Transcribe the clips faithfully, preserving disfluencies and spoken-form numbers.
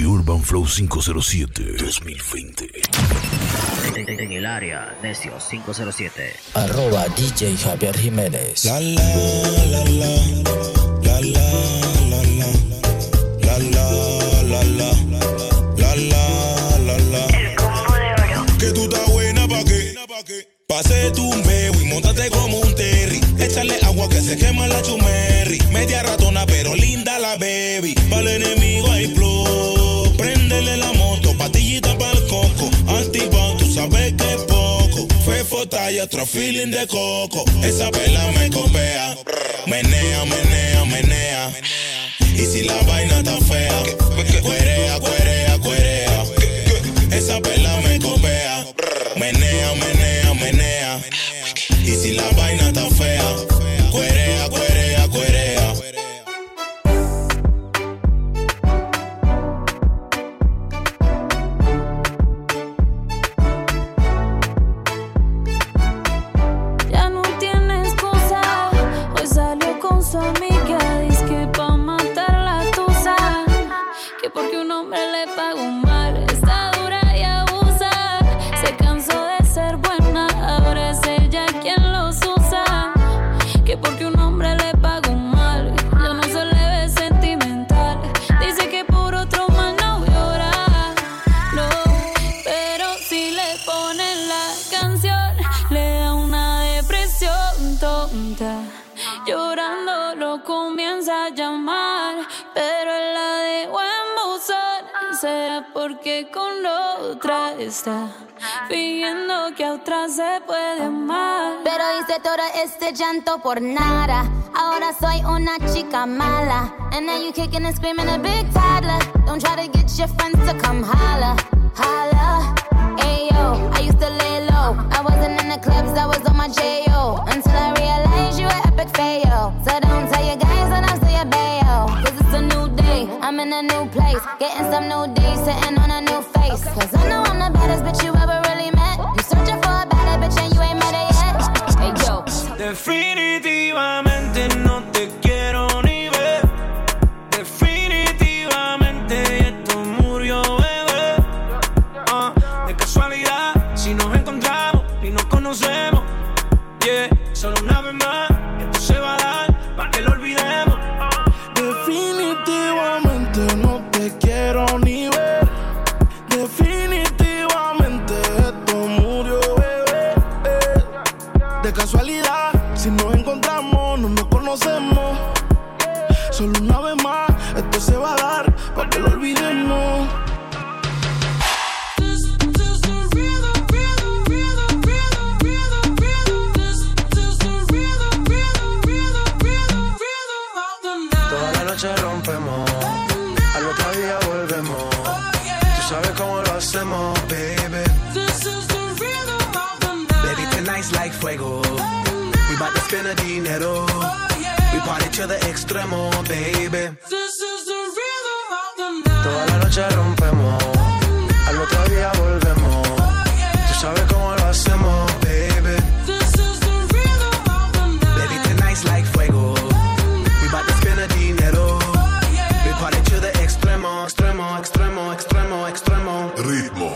The Urban Flow quinientos siete dos mil veinte. En, en el área, Necio quinientos siete. Arroba D J Javier Jiménez. La la la la la la la la la la la la la la la. El combo de oro. Que tú estás buena pa' qué, pase tu meo y montate como un terry. Échale agua que se quema la chumerri. Media ratona pero linda la baby. Para el enemigo hay flow. Préndele la moto, patillita pa'l coco. Antibao, tú sabes que es poco. Fefo talla, otro feeling de coco. Esa vela me copea. Menea, menea, menea. Y si la vaina está fea, cuerea, cuerea, cuerea. Esa vela me copea. Menea, menea, menea. Y si la vaina está fea, cuerea, cuerea, cuerea. Ya no tiene excusa. Hoy salió con su amiga. Dice que pa' matar la tusa. Que porque un hombre le pagó mal. Está dura y abusa. Se cansó de ser buena. Ahora es ella quien los usa. Que porque un hombre le pagó mal. Ya no se le ve sentimental. Dice que por otro mal no llora. No, pero si le ponen la canción, le da una depresión tonta. Llorando lo comienza a llamar, pero él la dejó en buzón. Será porque con otra está fingiendo que a otra se puede amar. Pero hice todo este llanto por nada. Ahora soy una chica mala. And now you kicking and screaming a big toddler. Don't try to get your friends to come holla, holla. Ayo, I used to lay low. I wasn't in the clubs, I was on my J O. Until I realized you were epic fail. So don't tell your guys when I'm still your bayo. Cause it's a new day, I'm in a new place. Getting some new days, sitting on a new face. Cause I know I'm the baddest bitch you ever really met. You searching for a better bitch and you ain't met her yet. Hey yo. Definitivamente no te quiero ni ver. Definitivamente esto murió, bebé. Uh, de casualidad, si nos encontramos y nos conocemos, yeah, solo una vez más, esto se va a dar para que lo olvidemos. Definitivamente no te quiero ni ver. Definitivamente esto murió, bebé. Eh. De casualidad, si nos encontramos, no nos conocemos. Solo una vez más, esto se va a dar para que lo olvidemos. Toda la noche rompemos, al otro día volvemos. Tú sabes cómo lo hacemos, baby. Baby, tonight's like fuego. We bout to spend a dinero. We party to the extremo, baby. Toda la noche rompemos, al otro día volvemos. Tú sabes cómo lo hacemos, baby. Baby, tonight's like fuego. We bout to spend a dinero. We party to the extremo, extremo, extremo, extremo, extremo. Ritmo.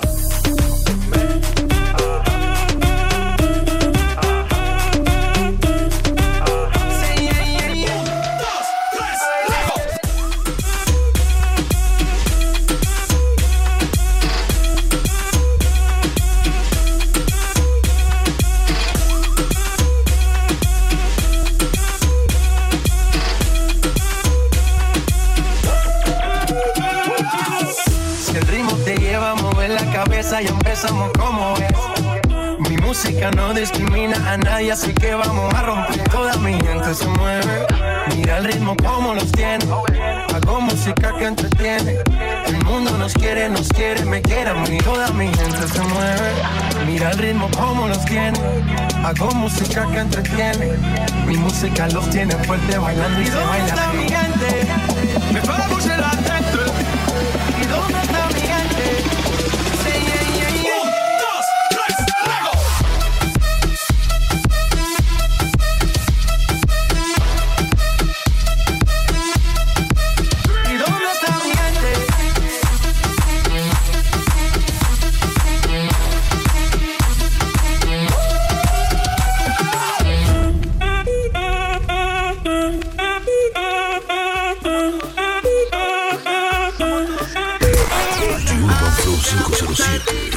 Y empezamos como es. Mi música no discrimina a nadie, así que vamos a romper. Toda mi gente se mueve. Mira el ritmo como los tiene. Hago música que entretiene. El mundo nos quiere, nos quiere, me quiere a mí. Toda mi gente se mueve. Mira el ritmo como los tiene. Hago música que entretiene. Mi música los tiene fuerte bailando y, ¿y se baila. ¿Y dónde está mi gente? Me para mucho la gente. ¿Y dónde está mi gente? ¿Y dónde está mi gente? Flow cinco cero siete.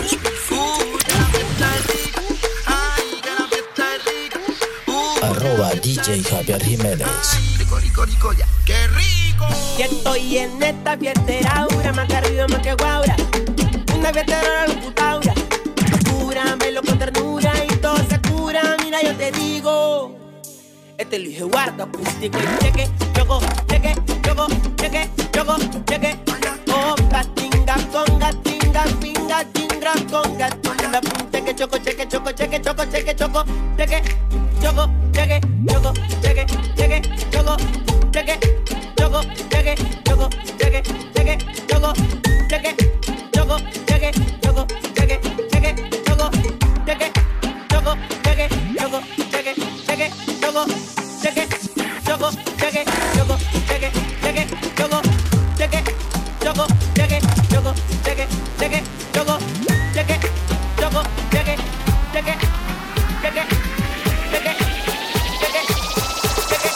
Arroba D J Javier Jiménez. Rico, rico, rico, ya. ¡Qué rico! Y estoy en esta fiesta aura, más que arriba, más que guaura. Una fiesta de la locutaura. Cúramelo con ternura y todo se cura. Mira, yo te digo. Este Luis Eduardo acústico y cheque, choco, cheque, choco, cheque, choco, cheque. Conga, tinga, conga, tinga, pinga, tinga, conga, tinga, cheque, choco, cheque, choco, cheque, choco, cheque, choco, cheque, choco, cheque, choco, cheque, cheque, choco, cheque, choco, cheque, choco, cheque, cheque, choco, cheque, choco, cheque, choco, cheque, cheque, choco, cheque, choco, cheque, choco, cheque, cheque, choco, cheque, choco, cheque, choco, cheque, cheque, choco, cheque, choco, cheque, choco, cheque, cheque, choco, cheque, choco, cheque, cheque, cheque, cheque, cheque, cheque,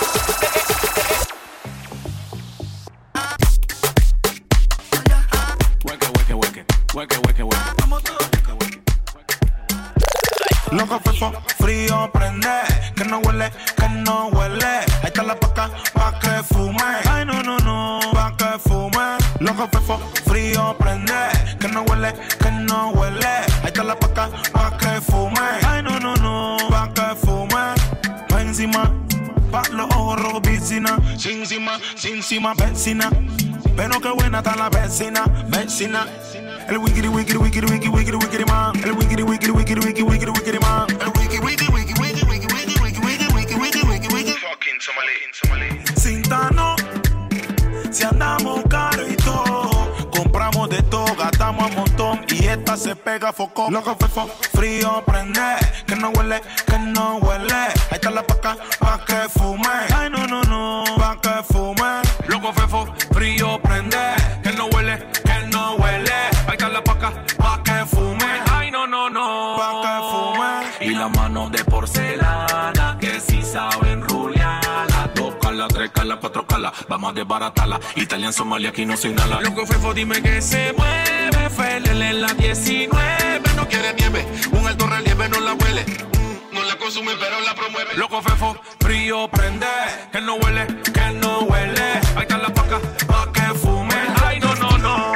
Hueque, hueque, hueque. Loco fefo, frío prende, que no huele, que no huele. Ahí está la paca, pa' que fume. Ay, no, no, no, pa' que fume. Loco fefo, frío prende, que no huele, que no huele. Ahí está la paca, pa' que fume. Ay, no, no, no, pa' que fume. Pa' encima, pa' los ojos rojos, piscina. Sin encima, sin encima, vecina. Pero qué buena está la vecina, vecina. El wikiri wikiri wikiri wikiri wikiri wikiri man. El wikiri wikiri wikiri wikiri wikiri wikiri man. El wikiri wikiri wikiri wikiri wikiri wikiri wikiri wikiri wikiri wikiri wikiri. Fucking Somali, Somali. Sintano, si andamos caro y todo, compramos de todo, gastamos a montón y esta se pega foco. Loco fefo, frío prende, que no huele, que no huele. Ahí está la paca, pa' que fume. Ay no no no, pa' que fume. Loco fefo, frío prende, que no huele, que no huele. Ahí está la paca, pa' que fume. Ay no no no, pa' que fume. Y las manos de porcelana que si saben rulearla. Dos calas, tres calas, cuatro calas, vamos a desbaratarla. Italian, Somalia, aquí no se inhala. Loco fefo, dime que se mueve. Felele en la diecinueve. No quiere nieve, un alto relieve no la huele. No la consume pero la promueve. Loco fefo, frío prende, que no huele, que no huele. Ahí está la paca, pa' que fume. Ay no no no.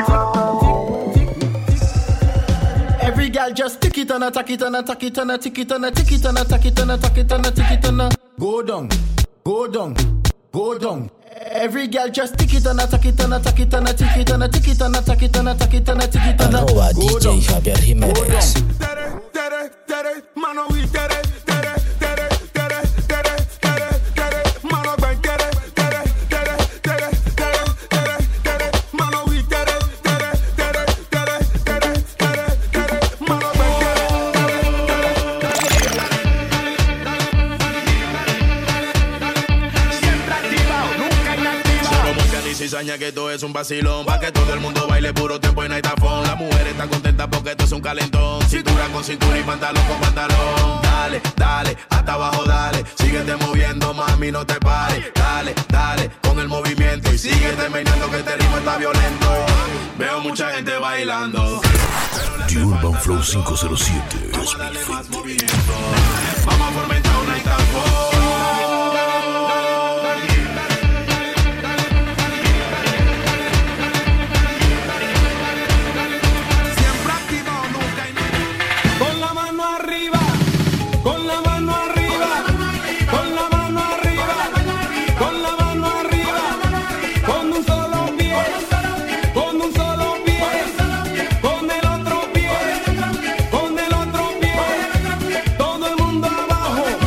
Every girl just tick it and attack it and attack it and attack it and attack it and attack it and attack it and attack it and go down, go down, go down. Every girl just tick it and attack it and attack it and attack it and attack it and attack it and attack it and attack it and Arroba D J Javier Jiménez. Tere, tere, tere, mano y tere, tere, tere, tere, tere, tere, tere, mano y tere, tere, tere, tere, tere, tere, tere, mano y tere, tere, tere, tere, tere, tere, tere, mano y siempre activado, nunca inactivado. Solo música y cizaña que todo es un vacilón. Pa' que todo el mundo baile puro tiempo y no hay tafón. Las mujeres están contentas porque esto es un calentón. Cintura con cintura y pantalón con pantalón. Dale, dale, hasta abajo dale. Síguete moviendo, mami, no te pares. Dale, dale, con el movimiento. Y síguete meneando que este ritmo está violento. Veo mucha gente bailando. The Urban Flow cinco cero siete dos mil veinte. Vamos a fomentar una y tambor. Todo el mundo abajo.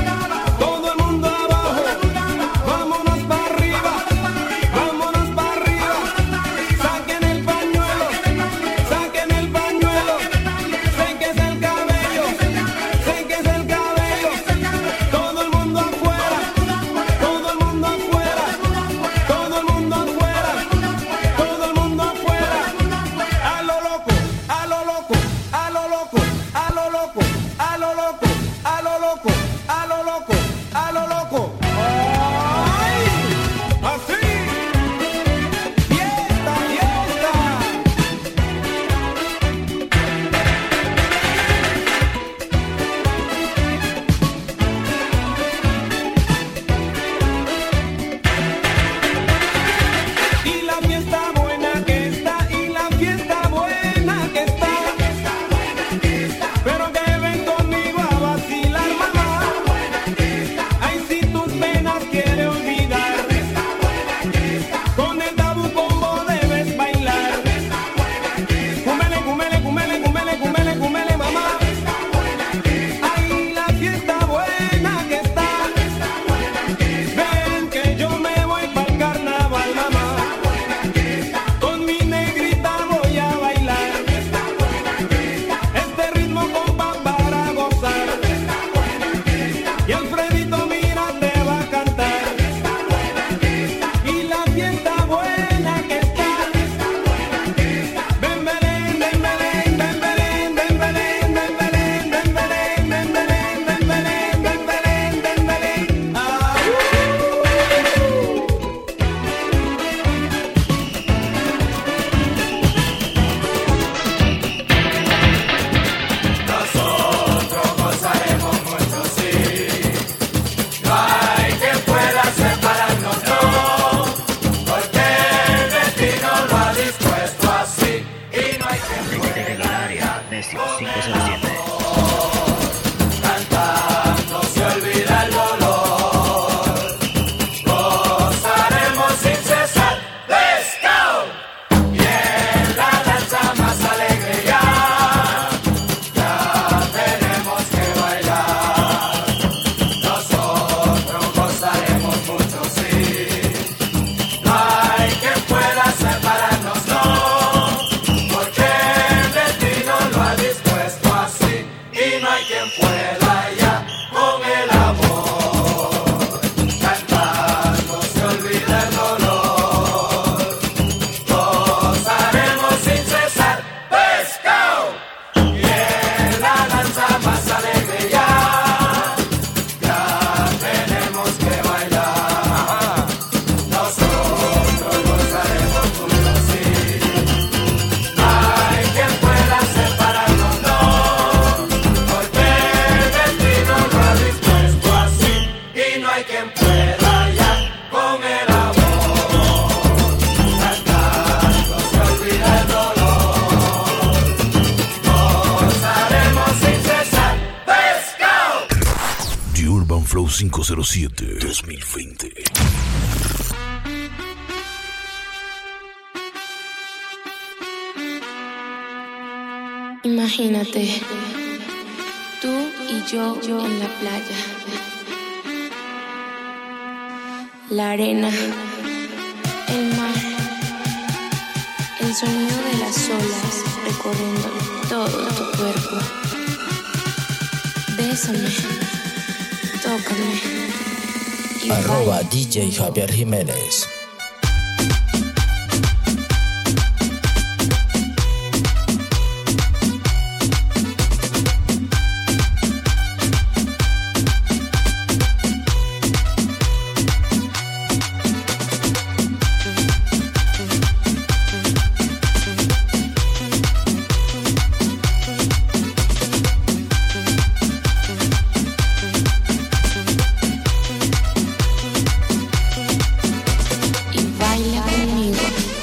Necio cinco cero siete. Cantando se olvida el dolor, gozaremos sin cesar. Let's go. Y en la danza más alegre ya, ya tenemos que bailar. Nosotros gozaremos mucho, sí. No hay quien pueda separarnos, no, porque el destino lo ha dispuesto así. Y no hay quien pueda ya con el amor. Cantando se olvida el dolor, gozaremos sin cesar. Let's go. Y en la danza más alegre ya, ya tenemos que bailar. Nosotros gozaremos mucho, sí. No hay quien pueda separarnos, no, porque el destino lo ha dispuesto así. Y no hay quien pueda ya con el amor. Cantando se olvida el dolor, gozaremos sin cesar. Let's go. The Urban Flow cinco cero siete dos mil veinte. Imagínate, tú y yo, yo en la playa, la arena, el mar, el sonido de las olas recorriendo todo tu cuerpo. Bésame, tócame y Arroba baila. D J Javier Jiménez. Y baila conmigo.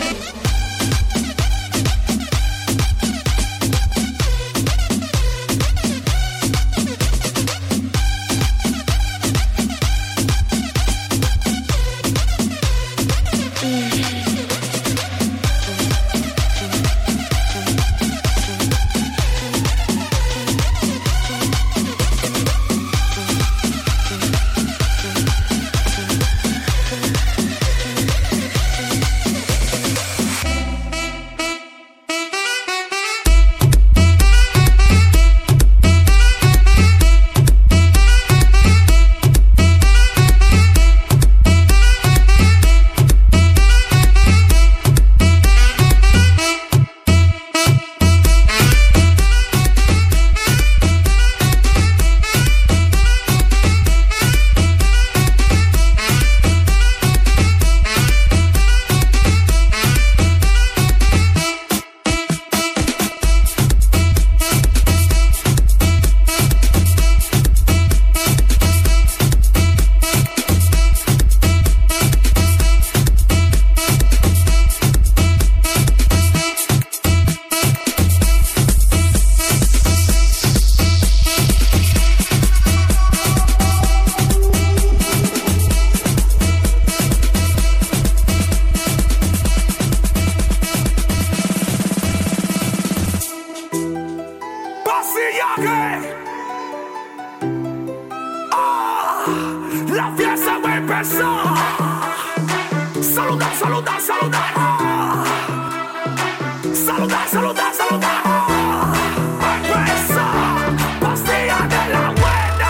Vacillaje. Ah, la fiesta va a empezar. Saludar, saludar, saludar. Saludar, saludar, saludar. Va a empezar. Pastilla de la buena.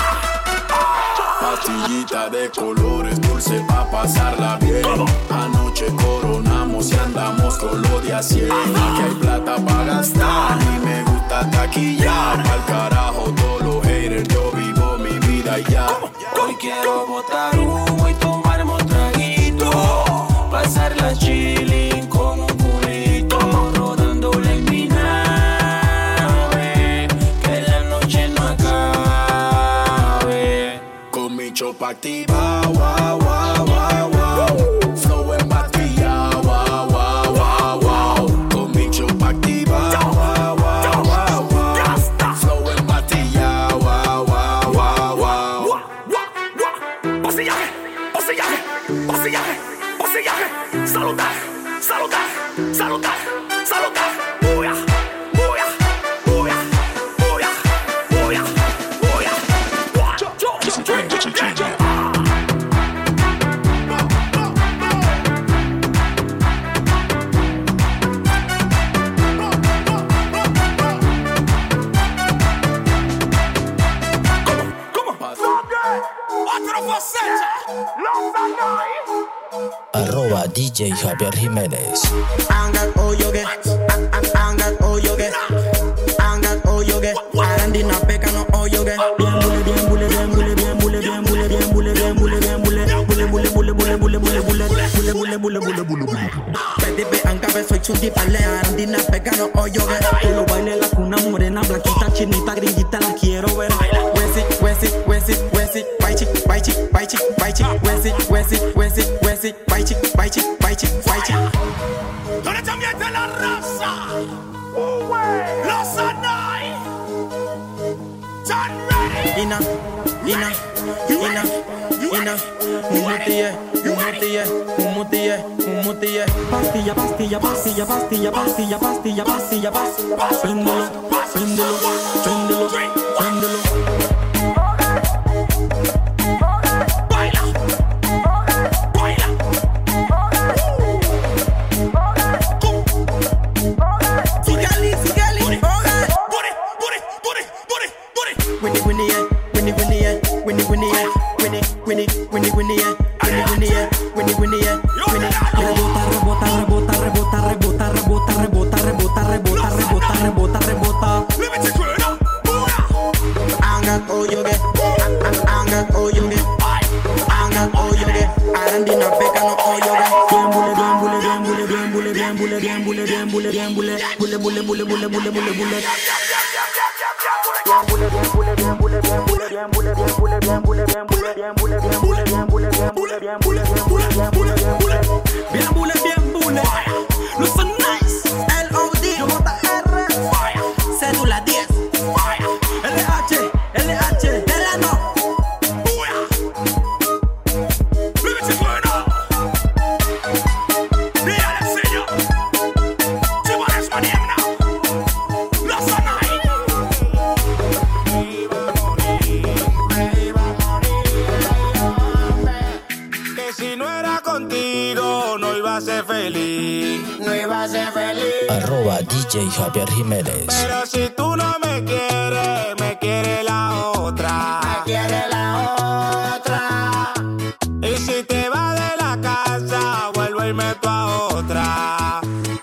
Pastillita de colores, dulce pa' pasarla bien. Anoche coronamos y andamos con lo de a cien. Aquí hay plata pa' gastar y me gusta taquillar. Al carajo todos los haters, yo vivo mi vida ya. Hoy quiero botar humo y tomarme un traguito. Pasarla chilling con un culito. Rodándole en mi nave. Que la noche no acabe. Con mi chopa activa, wow, wow, wow, wow. Flow en batilla, wow, wow, wow, wow. Con mi chopa activa, wow, wow, wow, wow. Saluda. Buya, buya, buya, buya, buya, buya. Yo, yo, yo, yo, yo. Arroba D J Javier Jiménez. Angat oyoge, angat oyoge, angat oyoge. Arandina peka no oyoge. Bien bule, bien bule, bien bule, bien bule, bien bule, bien bule, bien bule, bien bule, bule, bule, bule, bule, bule, bule, bule, bule, bule, bule, bule, bule. Pedipe angabe soy chuti pale. Arandina peka no oyoge. Que lo baile la cuna morena, blanquita, chinita, gringuita, la quiero ver. Wesi, wesi, wesi, wesi, baichi, baichi, baichi, baichi, wesi, wesi, wesi, wesi, baichi, baichi, baichi, baichi. ¿Dónde también está la raza? Los Anay. John ready. Ina, Ina, Ina, Ina, Mumutie, Mumutie, Mumutie, Mumutie. Pastilla, pastilla, pastilla, pastilla, pastilla, pastilla, pastilla, pastilla. Préndelo, préndelo, préndelo, préndelo. Baila, baila. Sigali, sigali, boga. Booty, booty, booty, booty, booty. Winnie, Winnie, yeah, Winnie, Winnie, yeah, Winnie, Winnie, yeah, Winnie, Winnie, Winnie, Winnie, yeah, Winnie, Winnie, yeah, Winnie, Winnie, yeah, Winnie. Rebota, rebota, rebota, rebota, rebota, rebota, rebota, rebota, rebota, rebota, rebota, rebota. Angat oyoge, angat oyoge, angat oyoge. Arandina peka no oyoge. Bien bule, bien bule, bien bule, bien bule, bien bule, bien bule, bien bule, bule, bule, bule, bule, bule, bule. Bien bule, bien bule. Los Nice. L O D J R. Cédula diez. L H, L H, Delano. Arroba D J Javier Jiménez. Pero si tú no me quieres, me quiere la otra. Me quiere la otra. Y si te vas de la casa, vuelvo y meto a otra.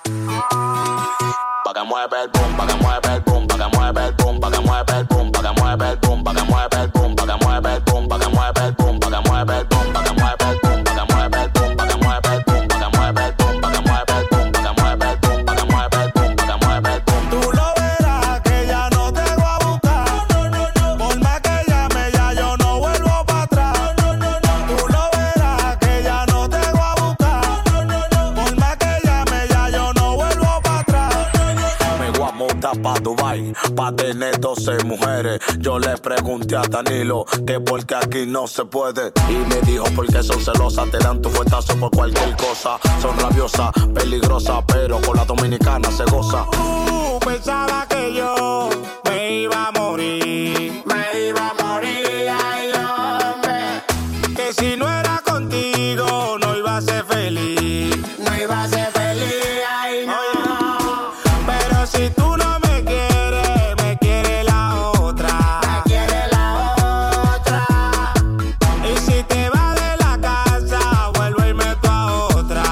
Pa' que mueve el boom, pa' que mueve el boom, pa' que mueve el boom, pa' que mueve el boom, pa' que mueve el boom, pa' que mueve el boom, pa' que mueve el boom, pa' que mueve el boom, pa' que mueve el boom, pa' que mueve el boom, pa' que mueve el boom, pa' que mueve el boom, pa' que mueve el boom, pa' que mueve el boom, pa' que mueve el boom, pa' que mueve el boom, pa' que mueve el boom. Tú lo verás que ya no te voy a buscar. Por más que llame ya yo no vuelvo para atrás. Tú lo verás que ya no te voy a buscar. Por más que llame ya yo no vuelvo para atrás. Me voy a montar pa' Dubai, pa' tener doce mujeres. Yo le pregunté a Danilo que por qué aquí no se puede. Y me dijo porque son celosas, te dan tu fuetazo por cualquier cosa. Son rabiosas, peligrosas, pero con la dominicana se goza. Uh, pensaba que yo me iba a morir. Me iba a morir, ay hombre. Que si no era contigo no iba a ser feliz. No iba a ser feliz, ay no. Pero si tú no me quieres, me quiere la otra. Me quiere la otra. Y si te vas de la casa, vuelvo y meto a otra.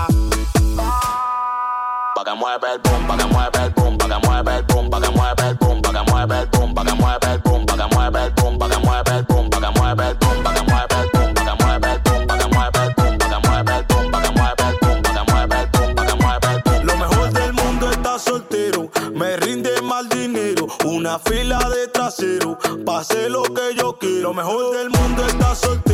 Pa' que mueve el boom, pa' que mueve el boom, pa' que mueve el boom, pa' que mueve el boom, pa' que mueve el boom, pa' que mueve el boom, pa' que mueve el boom, pa' que mueve el boom, pa' que mueve el boom, pa' que mueve el boom, pa' que mueve el boom, pa' que mueve el boom, pa' que mueve el boom, pa' que mueve el boom, pa' que mueve el boom, pa' que mueve el boom. Lo mejor del mundo está soltero, me rinde mal dinero, una fila de trasero, pase lo que yo quiero. Lo mejor del mundo está soltero.